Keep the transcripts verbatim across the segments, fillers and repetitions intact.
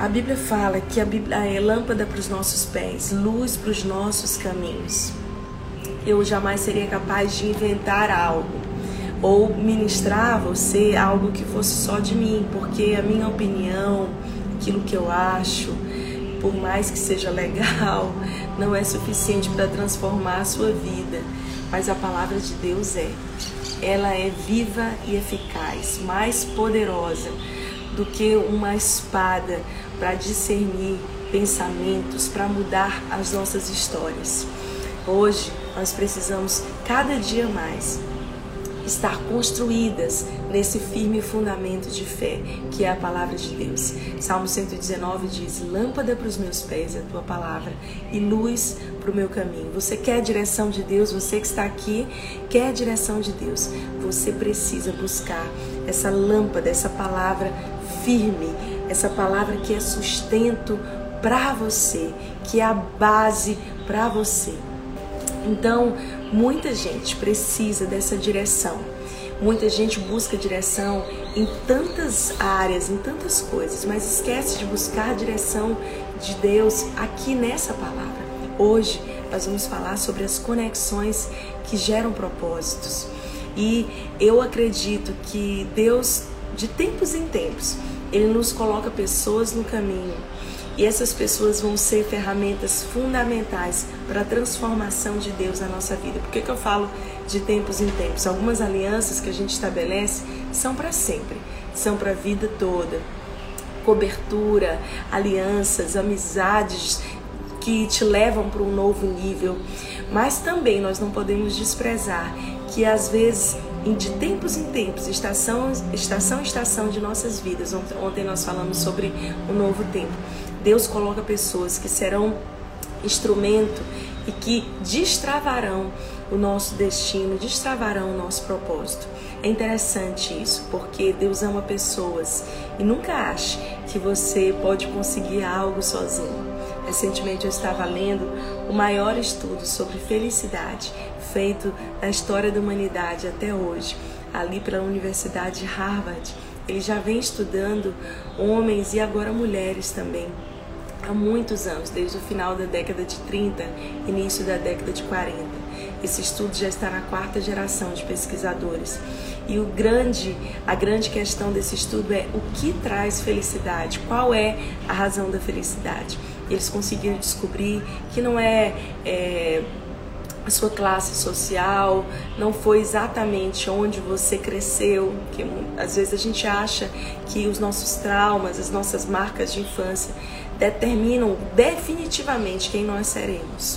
A Bíblia fala que a Bíblia é lâmpada para os nossos pés, luz para os nossos caminhos. Eu jamais seria capaz de inventar algo ou ministrar a você algo que fosse só de mim, porque a minha opinião, aquilo que eu acho, por mais que seja legal, não é suficiente para transformar a sua vida. Mas a palavra de Deus é. Ela é viva e eficaz, mais poderosa do que uma espada para discernir pensamentos, para mudar as nossas histórias. Hoje nós precisamos cada dia mais estar construídas nesse firme fundamento de fé, que é a palavra de Deus. Salmo cento e dezenove diz: lâmpada para os meus pés é a tua palavra e luz para o meu caminho. Você quer a direção de Deus? Você que está aqui quer a direção de Deus? Você precisa buscar essa lâmpada, essa palavra firme, essa palavra que é sustento para você, que é a base para você. Então, muita gente precisa dessa direção. Muita gente busca direção em tantas áreas, em tantas coisas, mas esquece de buscar a direção de Deus aqui nessa palavra. Hoje nós vamos falar sobre as conexões que geram propósitos. E eu acredito que Deus, de tempos em tempos, Ele nos coloca pessoas no caminho. E essas pessoas vão ser ferramentas fundamentais para a transformação de Deus na nossa vida. Por que que eu falo de tempos em tempos? Algumas alianças que a gente estabelece são para sempre, são para a vida toda. Cobertura, alianças, amizades que te levam para um novo nível. Mas também nós não podemos desprezar que às vezes, de tempos em tempos, estação estação em estação de nossas vidas, ontem nós falamos sobre o novo tempo, Deus coloca pessoas que serão instrumento e que destravarão o nosso destino, destravarão o nosso propósito. É interessante isso, porque Deus ama pessoas e nunca ache que você pode conseguir algo sozinho. Recentemente eu estava lendo o maior estudo sobre felicidade feito na história da humanidade até hoje, ali pela Universidade de Harvard. Ele já vem estudando homens e agora mulheres também há muitos anos, desde o final da década de trinta, início da década de quarenta. Esse estudo já está na quarta geração de pesquisadores. E o grande, a grande questão desse estudo é o que traz felicidade, qual é a razão da felicidade. Eles conseguiram descobrir que não é, é a sua classe social, não foi exatamente onde você cresceu, que às vezes a gente acha que os nossos traumas, as nossas marcas de infância determinam definitivamente quem nós seremos.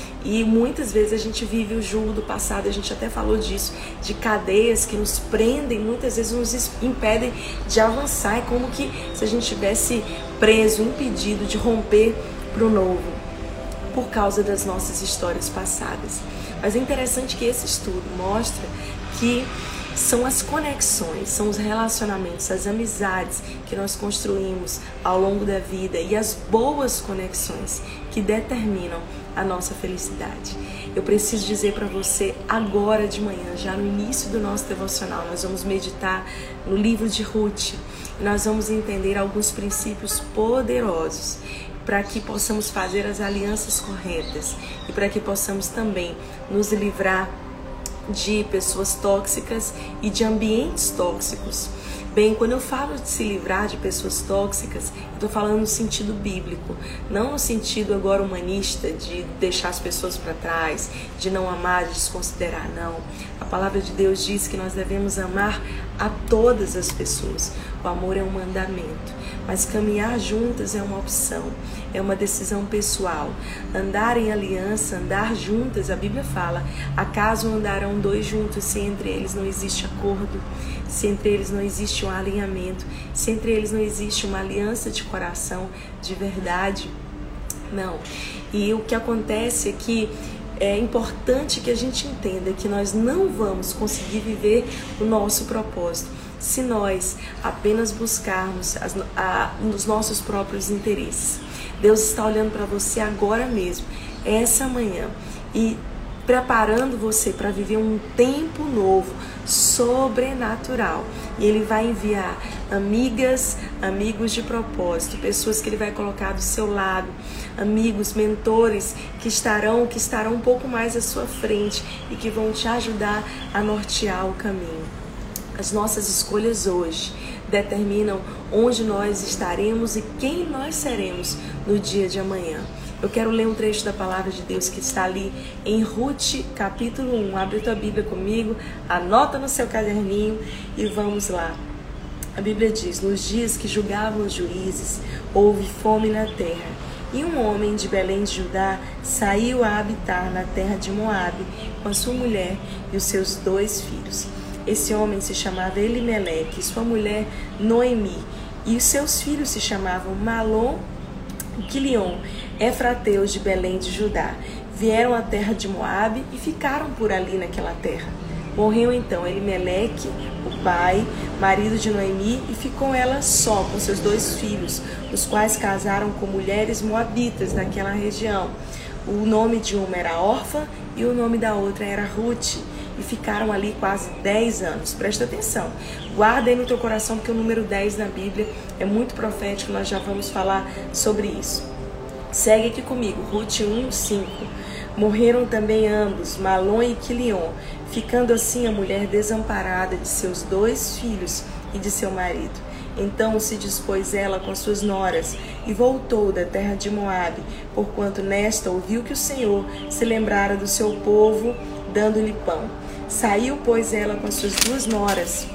E muitas vezes a gente vive o jugo do passado, a gente até falou disso, de cadeias que nos prendem, muitas vezes nos impedem de avançar. É como que se a gente tivesse preso, impedido de romper para o novo, por causa das nossas histórias passadas. Mas é interessante que esse estudo mostra que são as conexões, são os relacionamentos, as amizades que nós construímos ao longo da vida e as boas conexões que determinam a nossa felicidade. Eu preciso dizer para você agora de manhã, já no início do nosso devocional, nós vamos meditar no livro de Ruth e nós vamos entender alguns princípios poderosos para que possamos fazer as alianças corretas e para que possamos também nos livrar de pessoas tóxicas e de ambientes tóxicos. Bem, quando eu falo de se livrar de pessoas tóxicas, eu estou falando no sentido bíblico, não no sentido agora humanista de deixar as pessoas para trás, de não amar, de desconsiderar, não. A palavra de Deus diz que nós devemos amar a todas as pessoas. O amor é um mandamento, mas caminhar juntas é uma opção, é uma decisão pessoal. Andar em aliança, andar juntas, a Bíblia fala, acaso andarão dois juntos se entre eles não existe acordo, se entre eles não existe um alinhamento, se entre eles não existe uma aliança de coração, de verdade? Não. E o que acontece é que é importante que a gente entenda que nós não vamos conseguir viver o nosso propósito se nós apenas buscarmos as, a, os nossos próprios interesses. Deus está olhando para você agora mesmo, essa manhã, e preparando você para viver um tempo novo, sobrenatural. E Ele vai enviar amigas, amigos de propósito, pessoas que Ele vai colocar do seu lado, amigos, mentores que estarão, que estarão um pouco mais à sua frente e que vão te ajudar a nortear o caminho. As nossas escolhas hoje determinam onde nós estaremos e quem nós seremos no dia de amanhã. Eu quero ler um trecho da palavra de Deus que está ali em Ruth, capítulo um. Abre tua Bíblia comigo, anota no seu caderninho e vamos lá. A Bíblia diz: nos dias que julgavam os juízes, houve fome na terra. E um homem de Belém de Judá saiu a habitar na terra de Moabe com a sua mulher e os seus dois filhos. Esse homem se chamava Elimeleque, e sua mulher Noemi, e os seus filhos se chamavam Malom e Quilion, efrateus de Belém de Judá. Vieram à terra de Moabe e ficaram por ali naquela terra. Morreu então Elimeleque, o pai, marido de Noemi, e ficou ela só com seus dois filhos, os quais casaram com mulheres moabitas daquela região. O nome de uma era Orfa e o nome da outra era Ruth. E ficaram ali quase dez anos. Presta atenção, guarda aí no teu coração, porque o número dez na Bíblia é muito profético, nós já vamos falar sobre isso. Segue aqui comigo, Ruth um, cinco. Morreram também ambos, Malom e Quilion, ficando assim a mulher desamparada de seus dois filhos e de seu marido. Então se dispôs ela com suas noras e voltou da terra de Moabe, porquanto nesta ouviu que o Senhor se lembrara do seu povo, dando-lhe pão. Saiu, pois, ela com as suas duas noras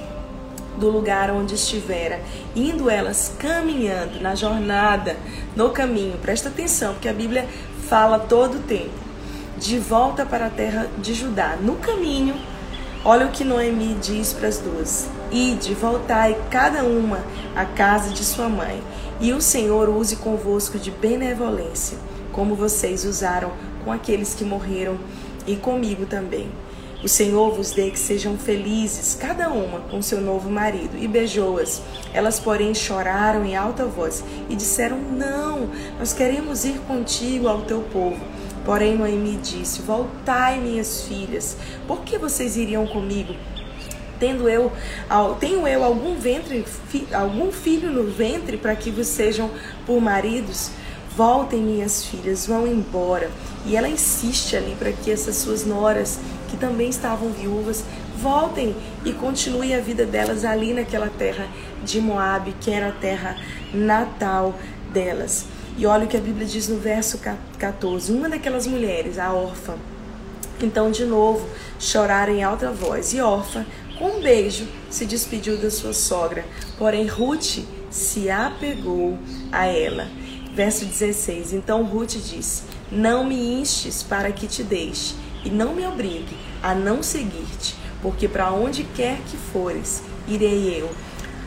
do lugar onde estivera, indo elas caminhando na jornada, no caminho. Presta atenção, porque a Bíblia fala todo o tempo. De volta para a terra de Judá. No caminho, olha o que Noemi diz para as duas: ide, voltai cada uma à casa de sua mãe, e o Senhor use convosco de benevolência, como vocês usaram com aqueles que morreram, e comigo também. O Senhor vos dê que sejam felizes, cada uma com seu novo marido. E beijou-as. Elas, porém, choraram em alta voz e disseram: não, nós queremos ir contigo ao teu povo. Porém, Noemi disse: voltai, minhas filhas, por que vocês iriam comigo? Tendo eu, tenho eu algum, ventre, algum filho no ventre para que vos sejam por maridos? Voltem, minhas filhas, vão embora. E ela insiste ali para que essas suas noras, que também estavam viúvas, voltem e continuem a vida delas ali naquela terra de Moabe, que era a terra natal delas. E olha o que a Bíblia diz no verso catorze. Uma daquelas mulheres, a Orfa, então de novo choraram em alta voz. E Orfa, com um beijo, se despediu da sua sogra. Porém, Ruth se apegou a ela. Verso dezesseis. Então Ruth disse: não me instes para que te deixe, e não me obrigue a não seguir-te, porque para onde quer que fores, irei eu.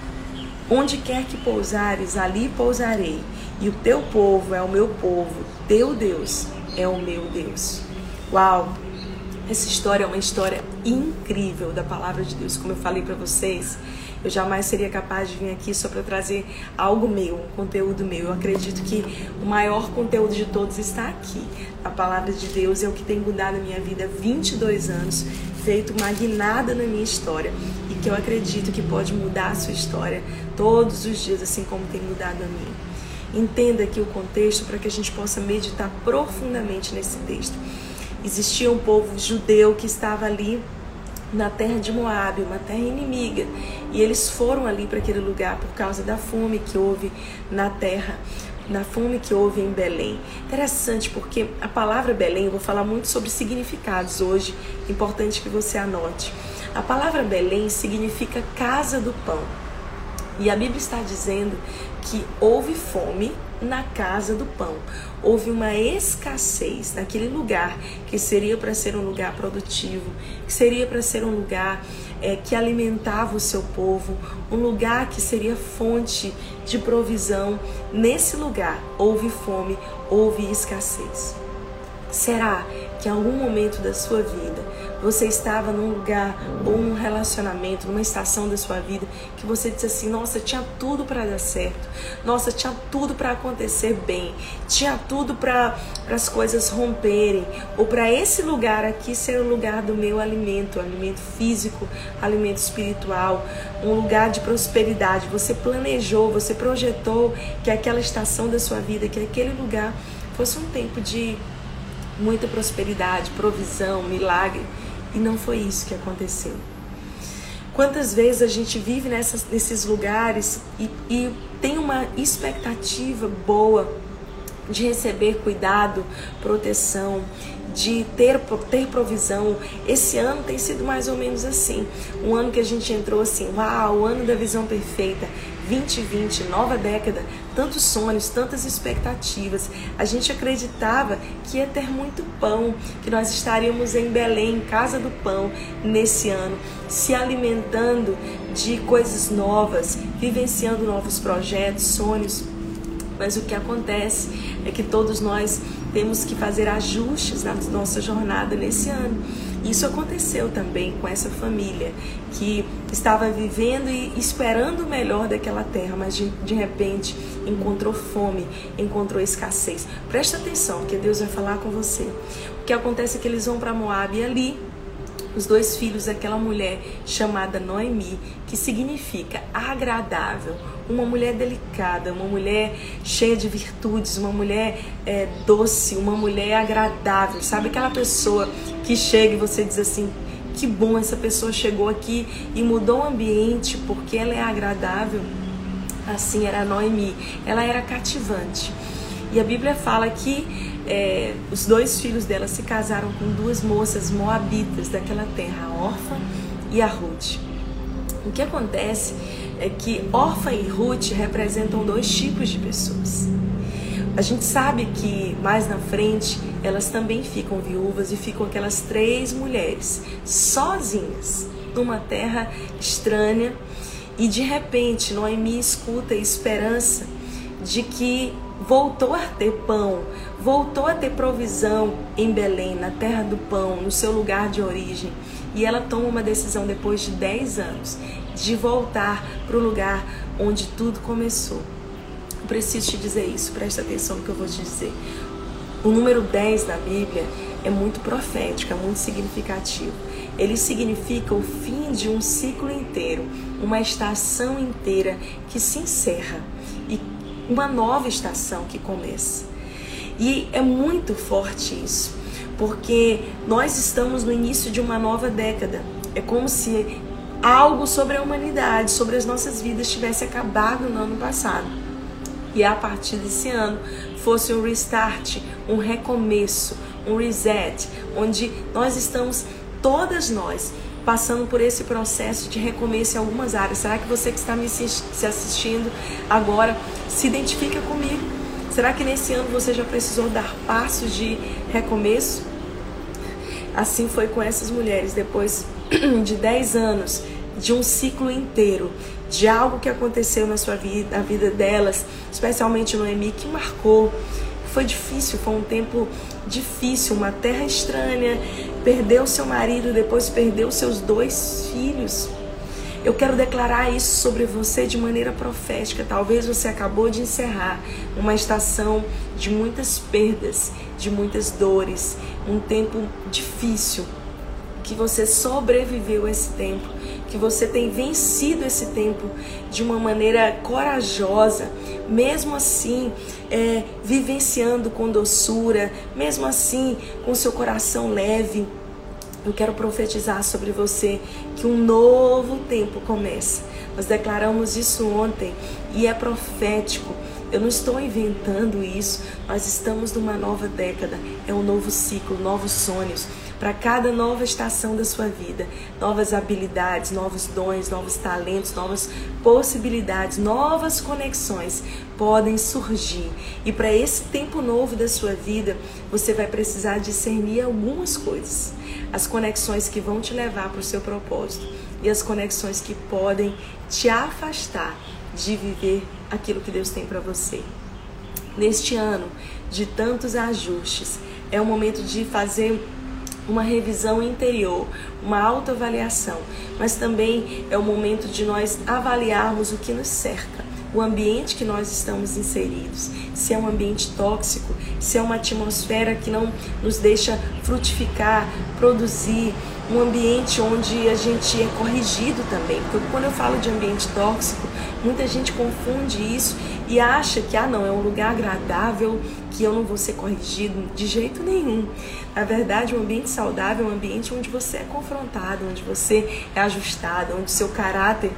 Onde quer que pousares, ali pousarei, e o teu povo é o meu povo, teu Deus é o meu Deus. Uau! Essa história é uma história incrível da palavra de Deus. Como eu falei para vocês, eu jamais seria capaz de vir aqui só para trazer algo meu, um conteúdo meu. Eu acredito que o maior conteúdo de todos está aqui. A palavra de Deus é o que tem mudado a minha vida há vinte e dois anos, feito uma guinada na minha história, e que eu acredito que pode mudar a sua história todos os dias, assim como tem mudado a minha. Entenda aqui o contexto para que a gente possa meditar profundamente nesse texto. Existia um povo judeu que estava ali na terra de Moabe, uma terra inimiga, e eles foram ali para aquele lugar por causa da fome que houve na terra, na fome que houve em Belém. Interessante, porque a palavra Belém, eu vou falar muito sobre significados hoje, importante que você anote. A palavra Belém significa casa do pão, e a Bíblia está dizendo que houve fome na casa do pão. Houve uma escassez naquele lugar que seria para ser um lugar produtivo, que seria para ser um lugar é, que alimentava o seu povo, um lugar que seria fonte de provisão. Nesse lugar houve fome, houve escassez. Será que em algum momento da sua vida você estava num lugar ou num relacionamento, numa estação da sua vida que você disse assim, nossa, tinha tudo para dar certo, nossa, tinha tudo para acontecer bem, tinha tudo para as coisas romperem, ou para esse lugar aqui ser o lugar do meu alimento, alimento físico, alimento espiritual, um lugar de prosperidade. Você planejou, você projetou que aquela estação da sua vida, que aquele lugar fosse um tempo de muita prosperidade, provisão, milagre, e não foi isso que aconteceu. Quantas vezes a gente vive nessas, nesses lugares e, e tem uma expectativa boa de receber cuidado, proteção, de ter, ter provisão. Esse ano tem sido mais ou menos assim, um ano que a gente entrou assim, uau, o ano da visão perfeita, vinte vinte, nova década, tantos sonhos, tantas expectativas. A gente acreditava que ia ter muito pão, que nós estaríamos em Belém, casa do pão, nesse ano, se alimentando de coisas novas, vivenciando novos projetos, sonhos. Mas o que acontece é que todos nós temos que fazer ajustes na nossa jornada nesse ano. Isso aconteceu também com essa família que estava vivendo e esperando o melhor daquela terra, mas de, de repente encontrou fome, encontrou escassez. Presta atenção, porque Deus vai falar com você. O que acontece é que eles vão para Moabe e ali os dois filhos daquela mulher chamada Noemi, que significa agradável, uma mulher delicada, uma mulher cheia de virtudes, uma mulher é, doce, uma mulher agradável. Sabe aquela pessoa que chega e você diz assim, que bom, essa pessoa chegou aqui e mudou o ambiente porque ela é agradável? Assim era a Noemi, ela era cativante. E a Bíblia fala que É, os dois filhos dela se casaram com duas moças moabitas daquela terra, a Orfa e a Ruth. O que acontece é que Orfa e Ruth representam dois tipos de pessoas. A gente sabe que mais na frente elas também ficam viúvas e ficam aquelas três mulheres sozinhas numa terra estranha, e de repente Noemi escuta a esperança de que voltou a ter pão, voltou a ter provisão em Belém, na terra do pão, no seu lugar de origem. E ela toma uma decisão depois de dez anos de voltar para o lugar onde tudo começou. Eu preciso te dizer isso, presta atenção no que eu vou te dizer. O número dez na Bíblia é muito profético, é muito significativo. Ele significa o fim de um ciclo inteiro, uma estação inteira que se encerra e uma nova estação que começa. E é muito forte isso, porque nós estamos no início de uma nova década. É como se algo sobre a humanidade, sobre as nossas vidas tivesse acabado no ano passado. E a partir desse ano fosse um restart, um recomeço, um reset, onde nós estamos, todas nós, passando por esse processo de recomeço em algumas áreas. Será que você que está me se assistindo agora se identifica comigo? Será que nesse ano você já precisou dar passos de recomeço? Assim foi com essas mulheres, depois de dez anos, de um ciclo inteiro, de algo que aconteceu na sua vida, na vida delas, especialmente Noemi, que marcou. Foi difícil, foi um tempo difícil, uma terra estranha, perdeu seu marido, depois perdeu seus dois filhos. Eu quero declarar isso sobre você de maneira profética. Talvez você acabou de encerrar uma estação de muitas perdas, de muitas dores, um tempo difícil, que você sobreviveu a esse tempo, que você tem vencido esse tempo de uma maneira corajosa, mesmo assim é, vivenciando com doçura, mesmo assim com seu coração leve. Eu quero profetizar sobre você que um novo tempo começa. Nós declaramos isso ontem e é profético. Eu não estou inventando isso. Nós estamos numa nova década. É um novo ciclo, novos sonhos. Para cada nova estação da sua vida, novas habilidades, novos dons, novos talentos, novas possibilidades, novas conexões podem surgir. E para esse tempo novo da sua vida, você vai precisar discernir algumas coisas. As conexões que vão te levar para o seu propósito e as conexões que podem te afastar de viver aquilo que Deus tem para você. Neste ano de tantos ajustes, é o momento de fazer uma revisão interior, uma autoavaliação, mas também é o momento de nós avaliarmos o que nos cerca, o ambiente que nós estamos inseridos, se é um ambiente tóxico, se é uma atmosfera que não nos deixa frutificar, produzir, um ambiente onde a gente é corrigido também, porque quando eu falo de ambiente tóxico, muita gente confunde isso e acha que, ah não, é um lugar agradável, que eu não vou ser corrigido de jeito nenhum. Na verdade, um ambiente saudável é um ambiente onde você é confrontado, onde você é ajustado, onde seu caráter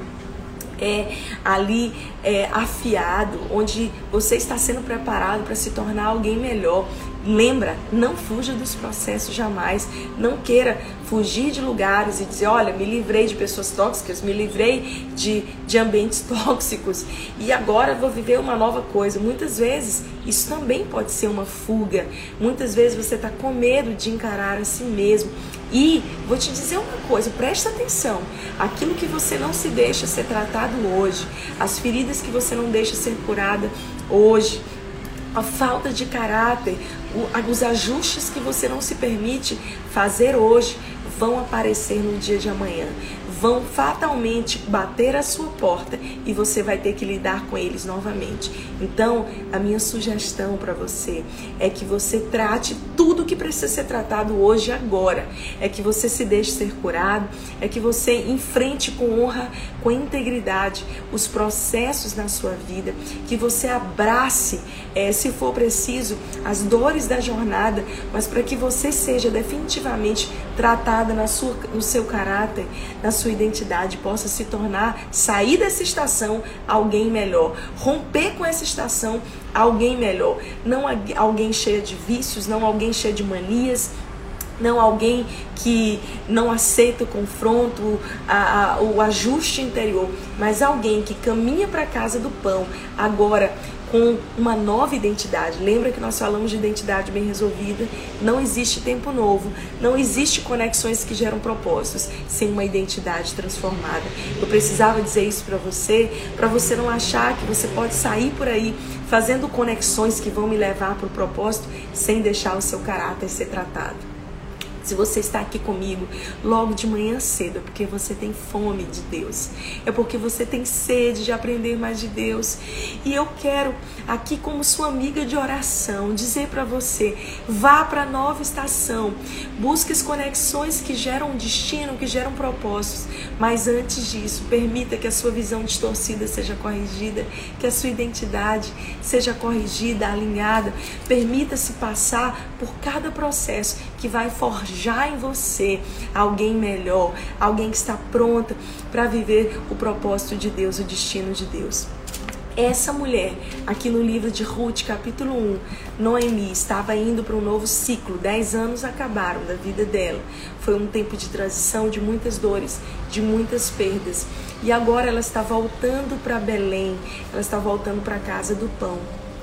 é ali é, afiado, onde você está sendo preparado para se tornar alguém melhor. Lembra, não fuja dos processos jamais, não queira fugir de lugares e dizer, olha, me livrei de pessoas tóxicas, me livrei de, de ambientes tóxicos e agora vou viver uma nova coisa. Muitas vezes isso também pode ser uma fuga, muitas vezes você está com medo de encarar a si mesmo. E vou te dizer uma coisa, presta atenção, aquilo que você não se deixa ser tratado hoje, as feridas que você não deixa ser curada hoje, a falta de caráter, os ajustes que você não se permite fazer hoje vão aparecer no dia de amanhã, vão fatalmente bater a sua porta e você vai ter que lidar com eles novamente. Então, a minha sugestão para você é que você trate tudo que precisa ser tratado hoje e agora. É que você se deixe ser curado, é que você enfrente com honra, com integridade os processos na sua vida, que você abrace, é, se for preciso, as dores da jornada, mas para que você seja definitivamente tratada na sua, no seu caráter, na sua identidade, possa se tornar, sair dessa estação alguém melhor, romper com essa estação alguém melhor, não alguém cheio de vícios, não alguém cheio de manias, não alguém que não aceita o confronto, a, a, o ajuste interior, mas alguém que caminha para a casa do pão agora com uma nova identidade. Lembra que nós falamos de identidade bem resolvida? Não existe tempo novo, não existe conexões que geram propósitos sem uma identidade transformada. Eu precisava dizer isso para você, para você não achar que você pode sair por aí fazendo conexões que vão me levar para o propósito sem deixar o seu caráter ser tratado. Se você está aqui comigo logo de manhã cedo, é porque você tem fome de Deus. É porque você tem sede de aprender mais de Deus. E eu quero, aqui como sua amiga de oração, dizer para você, vá para a nova estação. Busque as conexões que geram um destino, que geram propósitos. Mas antes disso, permita que a sua visão distorcida seja corrigida, que a sua identidade seja corrigida, alinhada. Permita-se passar por cada processo que vai forjar já em você alguém melhor, alguém que está pronta para viver o propósito de Deus, o destino de Deus. Essa mulher, aqui no livro de Ruth, capítulo um, Noemi, estava indo para um novo ciclo. Dez anos acabaram da vida dela. Foi um tempo de transição, de muitas dores, de muitas perdas. E agora ela está voltando para Belém, ela está voltando para a casa do pão.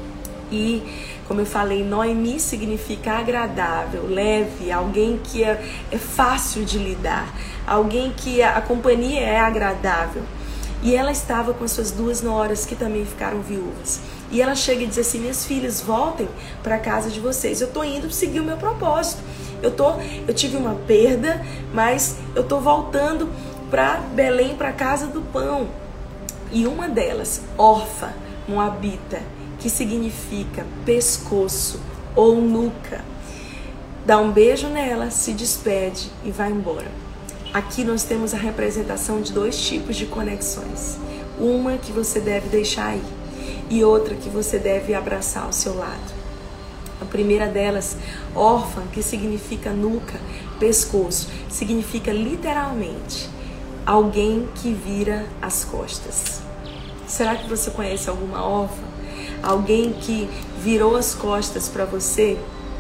E, como eu falei, Noemi significa agradável, leve, alguém que é, é fácil de lidar, alguém que a, a companhia é agradável. E ela estava com as suas duas noras que também ficaram viúvas. E ela chega e diz assim, minhas filhas, voltem para a casa de vocês. Eu estou indo seguir o meu propósito. Eu, tô, eu tive uma perda, mas eu estou voltando para Belém, para a casa do pão. E uma delas, Orfa, moabita, que significa pescoço ou nuca, dá um beijo nela, se despede e vai embora. Aqui nós temos a representação de dois tipos de conexões. Uma que você deve deixar aí e outra que você deve abraçar ao seu lado. A primeira delas, órfã, que significa nuca, pescoço, significa literalmente alguém que vira as costas. Será que você conhece alguma órfã? Alguém que virou as costas para você?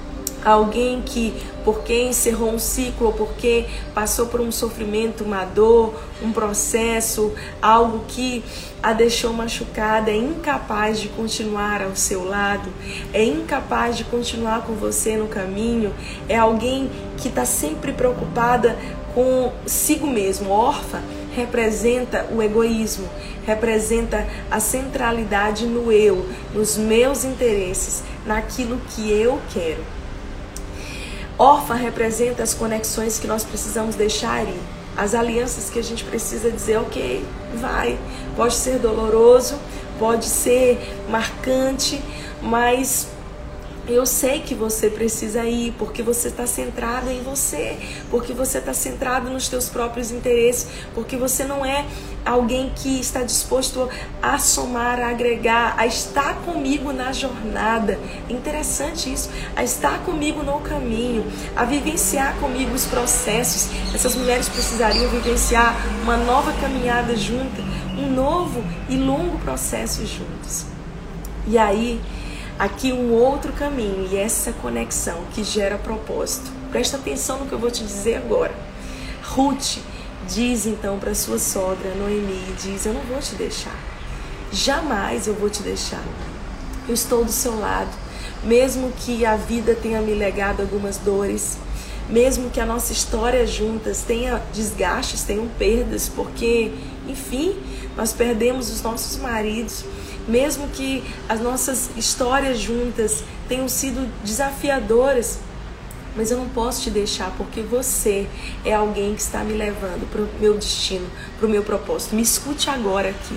Alguém que, porque encerrou um ciclo ou porque passou por um sofrimento, uma dor, um processo, algo que a deixou machucada, é incapaz de continuar ao seu lado, é incapaz de continuar com você no caminho, é alguém que está sempre preocupada consigo mesmo. Órfã representa o egoísmo, representa a centralidade no eu, nos meus interesses, naquilo que eu quero. Órfã representa as conexões que nós precisamos deixar ir. As alianças que a gente precisa dizer, ok, vai. Pode ser doloroso, pode ser marcante, mas eu sei que você precisa ir, porque você está centrado em você, porque você está centrado nos teus próprios interesses, porque você não é alguém que está disposto a somar, a agregar, a estar comigo na jornada. Interessante isso, a estar comigo no caminho, a vivenciar comigo os processos. Essas mulheres precisariam vivenciar uma nova caminhada junta, um novo e longo processo juntos. E aí, aqui um outro caminho, e essa conexão que gera propósito. Presta atenção no que eu vou te dizer agora. Ruth diz então para sua sogra, Noemi, diz, eu não vou te deixar. Jamais eu vou te deixar. Eu estou do seu lado. Mesmo que a vida tenha me legado algumas dores, mesmo que a nossa história juntas tenha desgastes, tenham perdas, porque, enfim, nós perdemos os nossos maridos, mesmo que as nossas histórias juntas tenham sido desafiadoras, mas eu não posso te deixar, porque você é alguém que está me levando para o meu destino, para o meu propósito. Me escute agora aqui.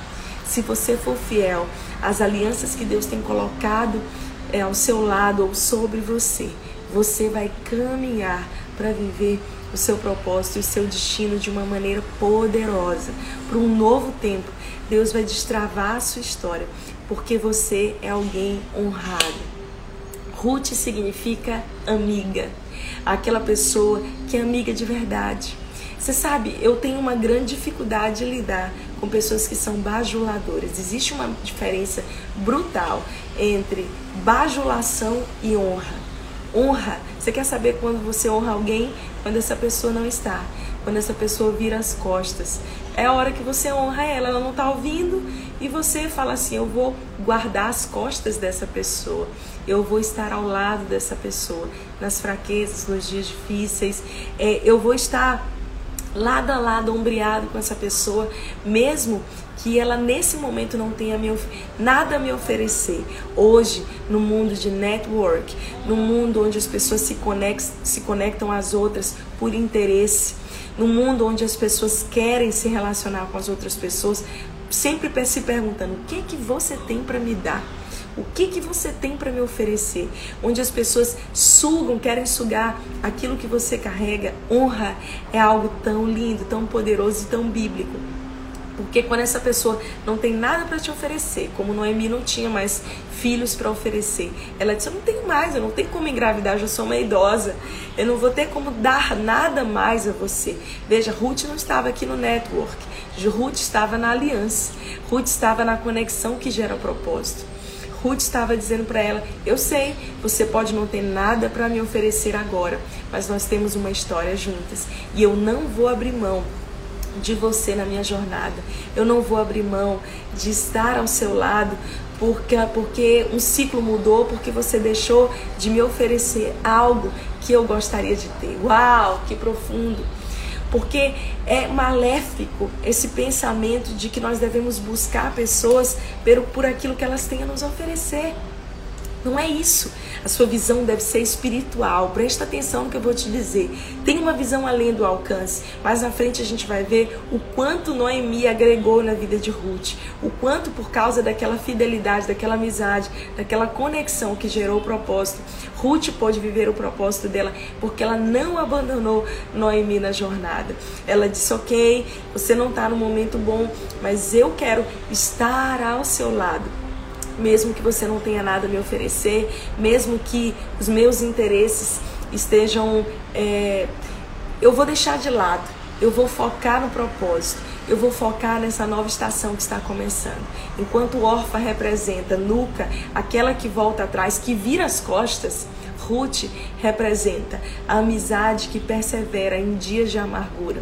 Se você for fiel às alianças que Deus tem colocado é, ao seu lado ou sobre você, você vai caminhar para viver o seu propósito e o seu destino de uma maneira poderosa, para um novo tempo. Deus vai destravar a sua história, porque você é alguém honrado. Ruth significa amiga, aquela pessoa que é amiga de verdade. Você sabe, eu tenho uma grande dificuldade de lidar com pessoas que são bajuladoras. Existe uma diferença brutal entre bajulação e honra. Honra, você quer saber quando você honra alguém? Quando essa pessoa não está, quando essa pessoa vira as costas. É a hora que você honra ela, ela não está ouvindo e você fala assim, eu vou guardar as costas dessa pessoa, eu vou estar ao lado dessa pessoa, nas fraquezas, nos dias difíceis, é, eu vou estar lado a lado, ombreado com essa pessoa, mesmo que ela nesse momento não tenha nada a me oferecer. Hoje, no mundo de network, no mundo onde as pessoas se conectam, se conectam às outras por interesse, no mundo onde as pessoas querem se relacionar com as outras pessoas, sempre se perguntando, o que que você tem para me dar? O que que você tem para me oferecer? Onde as pessoas sugam, querem sugar aquilo que você carrega. Honra é algo tão lindo, tão poderoso e tão bíblico. Porque quando essa pessoa não tem nada para te oferecer, como Noemi não tinha mais filhos para oferecer, ela disse, eu não tenho mais, eu não tenho como engravidar, eu já sou uma idosa, eu não vou ter como dar nada mais a você. Veja, Ruth não estava aqui no network, Ruth estava na aliança, Ruth estava na conexão que gera propósito. Ruth estava dizendo para ela, eu sei, você pode não ter nada para me oferecer agora, mas nós temos uma história juntas e eu não vou abrir mão de você na minha jornada. Eu não vou abrir mão de estar ao seu lado porque, porque um ciclo mudou, porque você deixou de me oferecer algo que eu gostaria de ter. Uau, que profundo! Porque é maléfico esse pensamento de que nós devemos buscar pessoas por, por aquilo que elas têm a nos oferecer. Não é isso. A sua visão deve ser espiritual. Presta atenção no que eu vou te dizer. Tem uma visão além do alcance. Mais na frente a gente vai ver o quanto Noemi agregou na vida de Ruth. O quanto por causa daquela fidelidade, daquela amizade, daquela conexão que gerou o propósito, Ruth pôde viver o propósito dela, porque ela não abandonou Noemi na jornada. Ela disse, ok, você não está no momento bom, mas eu quero estar ao seu lado. Mesmo que você não tenha nada a me oferecer, mesmo que os meus interesses estejam... É, eu vou deixar de lado, eu vou focar no propósito, eu vou focar nessa nova estação que está começando. Enquanto órfã representa nuca, aquela que volta atrás, que vira as costas, Ruth representa a amizade que persevera em dias de amargura.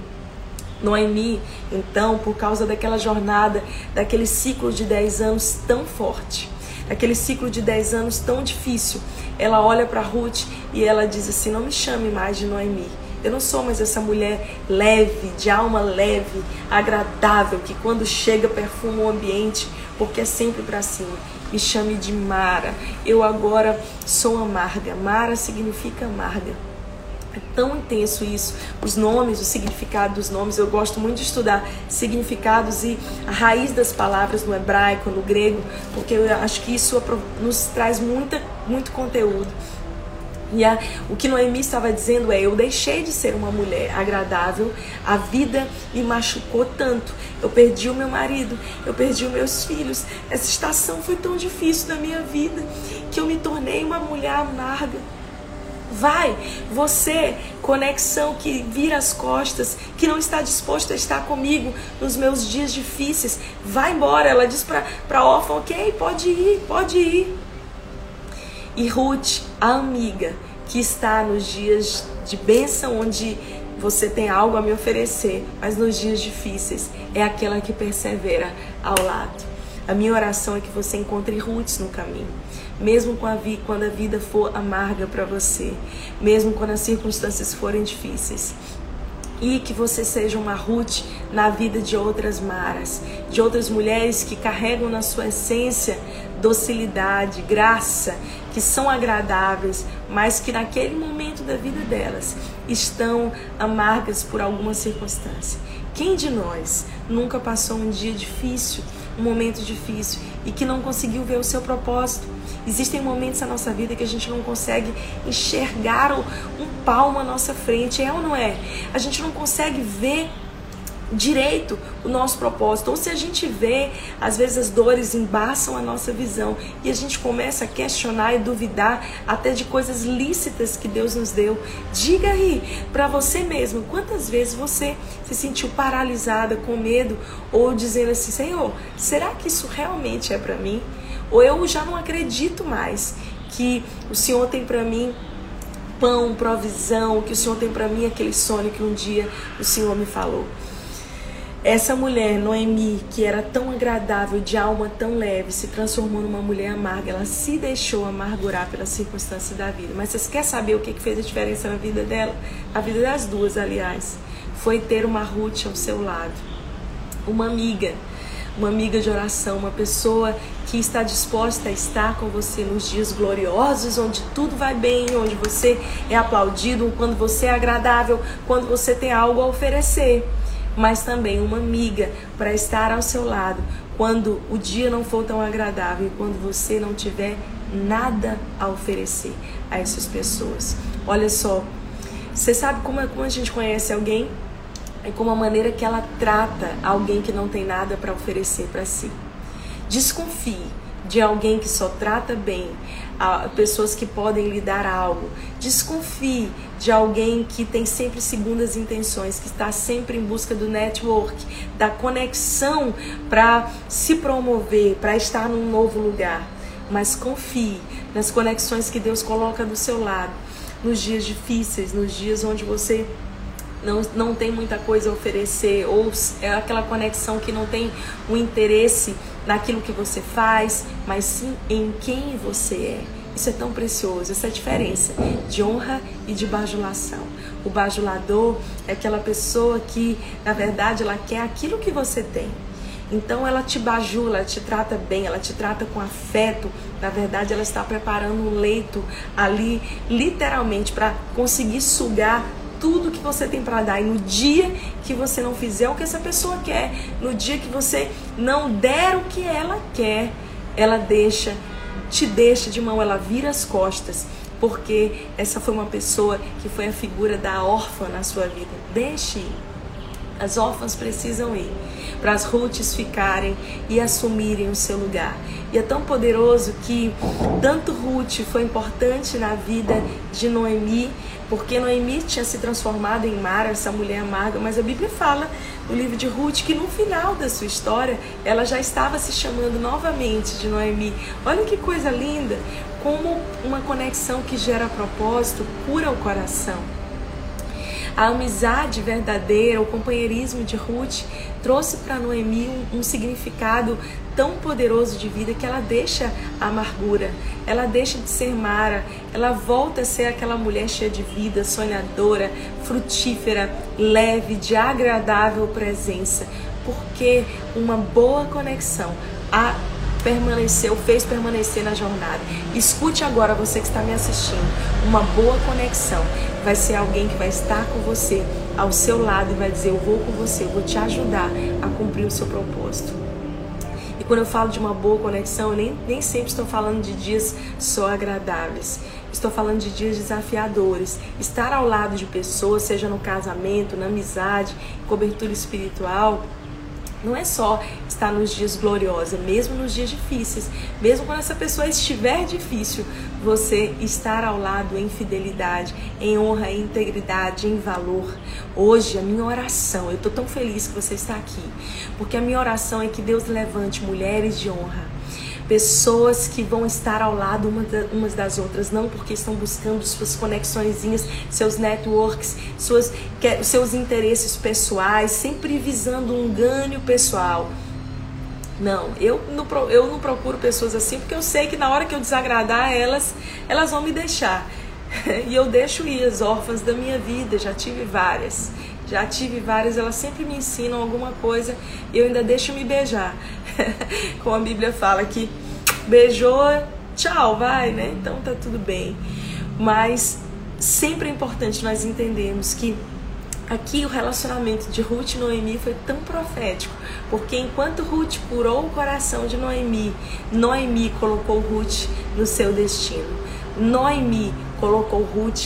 Noemi, então, por causa daquela jornada, daquele ciclo de dez anos tão forte, daquele ciclo de dez anos tão difícil, ela olha para Ruth e ela diz assim, não me chame mais de Noemi. Eu não sou mais essa mulher leve, de alma leve, agradável, que quando chega perfuma o ambiente, porque é sempre para cima. Me chame de Mara. Eu agora sou amarga. Mara significa amarga. É tão intenso isso, os nomes, o significado dos nomes. Eu gosto muito de estudar significados e a raiz das palavras no hebraico, no grego, porque eu acho que isso nos traz muita, muito conteúdo. E a, o que Noemi estava dizendo é: eu deixei de ser uma mulher agradável, a vida me machucou tanto, eu perdi o meu marido, eu perdi os meus filhos, essa estação foi tão difícil na minha vida, que eu me tornei uma mulher amarga. Vai, você, conexão que vira as costas, que não está disposto a estar comigo nos meus dias difíceis, vai embora. Ela diz para a órfã: ok, pode ir, pode ir. E Ruth, a amiga, que está nos dias de bênção, onde você tem algo a me oferecer, mas nos dias difíceis, é aquela que persevera ao lado. A minha oração é que você encontre Ruths no caminho, mesmo quando a vida for amarga para você, mesmo quando as circunstâncias forem difíceis. E que você seja uma Ruth na vida de outras Maras, de outras mulheres que carregam na sua essência docilidade, graça, que são agradáveis, mas que naquele momento da vida delas estão amargas por alguma circunstância. Quem de nós nunca passou um dia difícil, um momento difícil e que não conseguiu ver o seu propósito? Existem momentos na nossa vida que a gente não consegue enxergar um palmo à nossa frente, é ou não é? A gente não consegue ver direito o nosso propósito, ou se a gente vê, às vezes as dores embaçam a nossa visão e a gente começa a questionar e duvidar até de coisas lícitas que Deus nos deu. Diga aí para você mesmo, quantas vezes você se sentiu paralisada, com medo, ou dizendo assim: Senhor, será que isso realmente é para mim? Ou eu já não acredito mais que o Senhor tem para mim pão, provisão, que o Senhor tem para mim aquele sonho que um dia o Senhor me falou. Essa mulher, Noemi, que era tão agradável, de alma tão leve, se transformou numa mulher amarga. Ela se deixou amargurar pelas circunstâncias da vida. Mas vocês querem saber o que fez a diferença na vida dela? A vida das duas, aliás. Foi ter uma Ruth ao seu lado. Uma amiga. Uma amiga de oração. Uma pessoa que está disposta a estar com você nos dias gloriosos, onde tudo vai bem, onde você é aplaudido, quando você é agradável, quando você tem algo a oferecer. Mas também uma amiga para estar ao seu lado quando o dia não for tão agradável e quando você não tiver nada a oferecer a essas pessoas. Olha só, você sabe como, é, como a gente conhece alguém? É como a maneira que ela trata alguém que não tem nada para oferecer para si. Desconfie de alguém que só trata bem a pessoas que podem lhe dar algo. Desconfie de alguém que tem sempre segundas intenções, que está sempre em busca do network, da conexão para se promover, para estar num novo lugar. Mas confie nas conexões que Deus coloca do seu lado, nos dias difíceis, nos dias onde você não, não tem muita coisa a oferecer, ou é aquela conexão que não tem um interesse naquilo que você faz, mas sim em quem você é. Isso é tão precioso, essa é a diferença de honra e de bajulação. O bajulador é aquela pessoa que, na verdade, ela quer aquilo que você tem. Então ela te bajula, ela te trata bem, ela te trata com afeto. Na verdade, ela está preparando um leito ali, literalmente, para conseguir sugar tudo que você tem para dar. E no dia que você não fizer o que essa pessoa quer, no dia que você não der o que ela quer, ela deixa, te deixa de mão, ela vira as costas, porque essa foi uma pessoa que foi a figura da órfã na sua vida. Deixe ir. As órfãs precisam ir para as Ruths ficarem e assumirem o seu lugar. E é tão poderoso que tanto Ruth foi importante na vida de Noemi, porque Noemi tinha se transformado em Mara, essa mulher amarga, mas a Bíblia fala no livro de Ruth que no final da sua história ela já estava se chamando novamente de Noemi. Olha que coisa linda, como uma conexão que gera propósito cura o coração. A amizade verdadeira, o companheirismo de Ruth trouxe para Noemi um, um significado tão poderoso de vida que ela deixa a amargura, ela deixa de ser Mara, ela volta a ser aquela mulher cheia de vida, sonhadora, frutífera, leve, de agradável presença, porque uma boa conexão a permaneceu, fez permanecer na jornada. Escute agora, você que está me assistindo, Uma boa conexão vai ser alguém que vai estar com você, ao seu lado, e vai dizer: eu vou com você, eu vou te ajudar a cumprir o seu propósito. E quando eu falo de uma boa conexão, eu nem, nem sempre estou falando de dias só agradáveis. Estou falando de dias desafiadores. Estar ao lado de pessoas, seja no casamento, na amizade, cobertura espiritual, não é só estar nos dias gloriosos, mesmo nos dias difíceis. Mesmo quando essa pessoa estiver difícil, você estar ao lado em fidelidade, em honra, em integridade, em valor. Hoje, a minha oração, eu estou tão feliz que você está aqui, porque a minha oração é que Deus levante mulheres de honra, pessoas que vão estar ao lado umas das outras, não porque estão buscando suas conexõezinhas, seus networks, suas, seus interesses pessoais, sempre visando um ganho pessoal. Não, eu não, eu não procuro pessoas assim, porque eu sei que na hora que eu desagradar elas, elas vão me deixar. E eu deixo ir as órfãs da minha vida, já tive várias. Já tive várias, elas sempre me ensinam alguma coisa e eu ainda deixo me beijar. Como a Bíblia fala que beijou, tchau, vai, né? Então tá tudo bem. Mas sempre é importante nós entendermos que aqui o relacionamento de Ruth e Noemi foi tão profético, porque enquanto Ruth curou o coração de Noemi, Noemi colocou Ruth no seu destino. Noemi colocou Ruth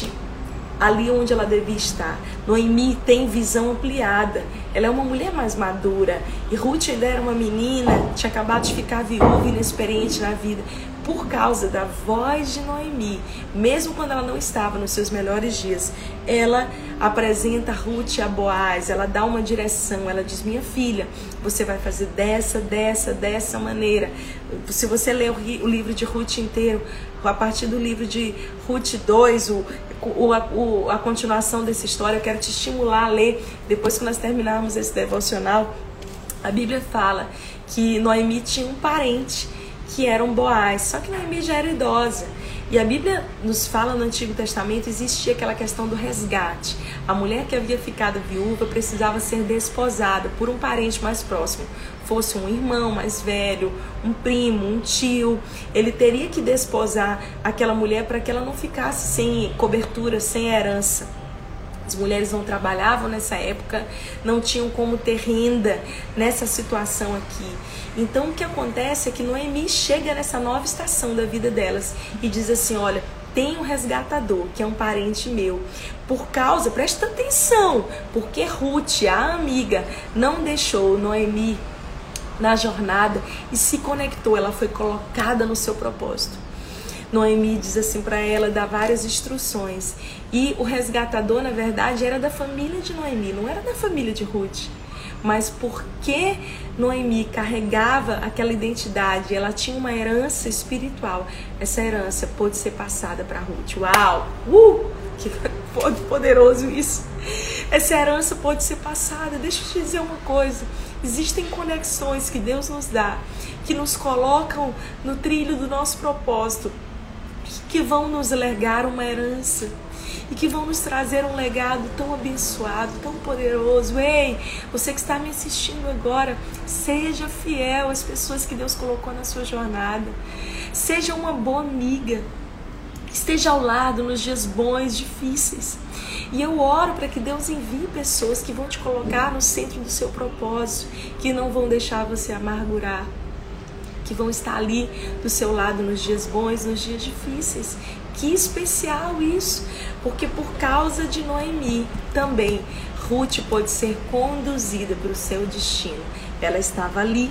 ali onde ela devia estar. Noemi tem visão ampliada, ela é uma mulher mais madura, e Ruth ainda era uma menina, tinha acabado de ficar viúva, inexperiente na vida. Por causa da voz de Noemi, mesmo quando ela não estava nos seus melhores dias, ela apresenta Ruth a Boaz, ela dá uma direção, ela diz: minha filha, você vai fazer dessa, dessa, dessa maneira. Se você ler o livro de Ruth inteiro, a partir do livro de Ruth dois, o, o, o, a continuação dessa história, eu quero te estimular a ler, depois que nós terminarmos esse devocional. A Bíblia fala que Noemi tinha um parente, que era um Boaz, só que Noemi já era idosa. E a Bíblia nos fala, no Antigo Testamento existia aquela questão do resgate. A mulher que havia ficado viúva precisava ser desposada por um parente mais próximo. Fosse um irmão mais velho, um primo, um tio. Ele teria que desposar aquela mulher para que ela não ficasse sem cobertura, sem herança. As mulheres não trabalhavam nessa época, não tinham como ter renda nessa situação aqui. Então o que acontece é que Noemi chega nessa nova estação da vida delas e diz assim: olha, tem um resgatador, que é um parente meu. Por causa, presta atenção, porque Ruth, a amiga, não deixou Noemi na jornada e se conectou, ela foi colocada no seu propósito. Noemi diz assim para ela, dá várias instruções. E o resgatador, na verdade, era da família de Noemi, não era da família de Ruth. Mas porque Noemi carregava aquela identidade, ela tinha uma herança espiritual, essa herança pôde ser passada para Ruth. Uau! Uh! Que poderoso isso! Essa herança pode ser passada. Deixa eu te dizer uma coisa. Existem conexões que Deus nos dá, que nos colocam no trilho do nosso propósito, que vão nos legar uma herança e que vão nos trazer um legado tão abençoado, tão poderoso. Ei, você que está me assistindo agora, seja fiel às pessoas que Deus colocou na sua jornada. Seja uma boa amiga. Esteja ao lado nos dias bons, difíceis. E eu oro para que Deus envie pessoas que vão te colocar no centro do seu propósito, que não vão deixar você amargurar, que vão estar ali do seu lado nos dias bons, nos dias difíceis. Que especial isso, porque por causa de Noemi também Ruth pôde ser conduzida para o seu destino. Ela estava ali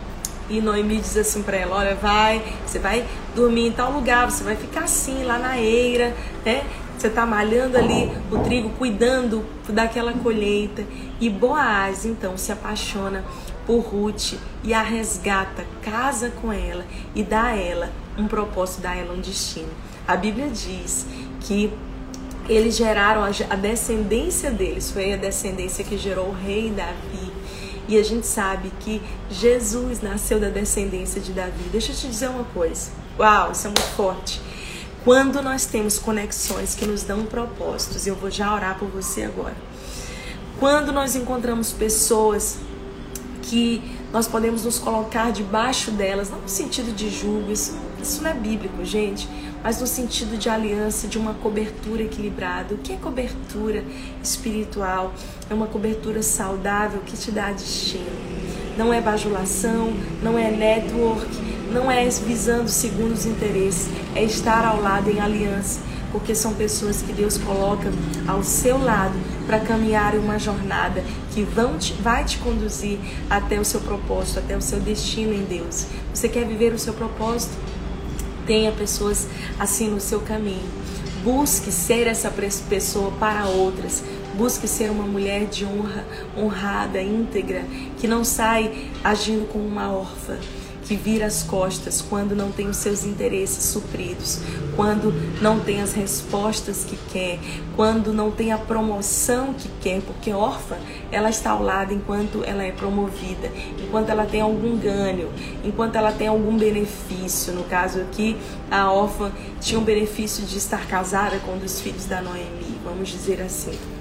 e Noemi diz assim para ela: olha, vai, você vai dormir em tal lugar, você vai ficar assim lá na eira, né? Você está malhando ali o trigo, cuidando daquela colheita. E Boaz então se apaixona por Ruth e a resgata, casa com ela e dá a ela um propósito, dá a ela um destino. A Bíblia diz que eles geraram a descendência deles, foi a descendência que gerou o rei Davi. E a gente sabe que Jesus nasceu da descendência de Davi. Deixa eu te dizer uma coisa. Uau, isso é muito forte. Quando nós temos conexões que nos dão propósitos, eu vou já orar por você agora. Quando nós encontramos pessoas que nós podemos nos colocar debaixo delas, não no sentido de julgo, isso, isso não é bíblico, gente, mas no sentido de aliança, de uma cobertura equilibrada. O que é cobertura espiritual? É uma cobertura saudável que te dá destino. Não é bajulação, não é network, não é visando segundo os interesses, é estar ao lado em aliança, porque são pessoas que Deus coloca ao seu lado para caminhar em uma jornada que vão te, vai te conduzir até o seu propósito, até o seu destino em Deus. Você quer viver o seu propósito? Tenha pessoas assim no seu caminho. Busque ser essa pessoa para outras. Busque ser uma mulher de honra, honrada, íntegra, que não sai agindo como uma órfã, que vira as costas quando não tem os seus interesses supridos, quando não tem as respostas que quer, quando não tem a promoção que quer, porque órfã, ela está ao lado enquanto ela é promovida, enquanto ela tem algum ganho, enquanto ela tem algum benefício. No caso aqui, a órfã tinha um benefício de estar casada com um dos filhos da Noemi, vamos dizer assim.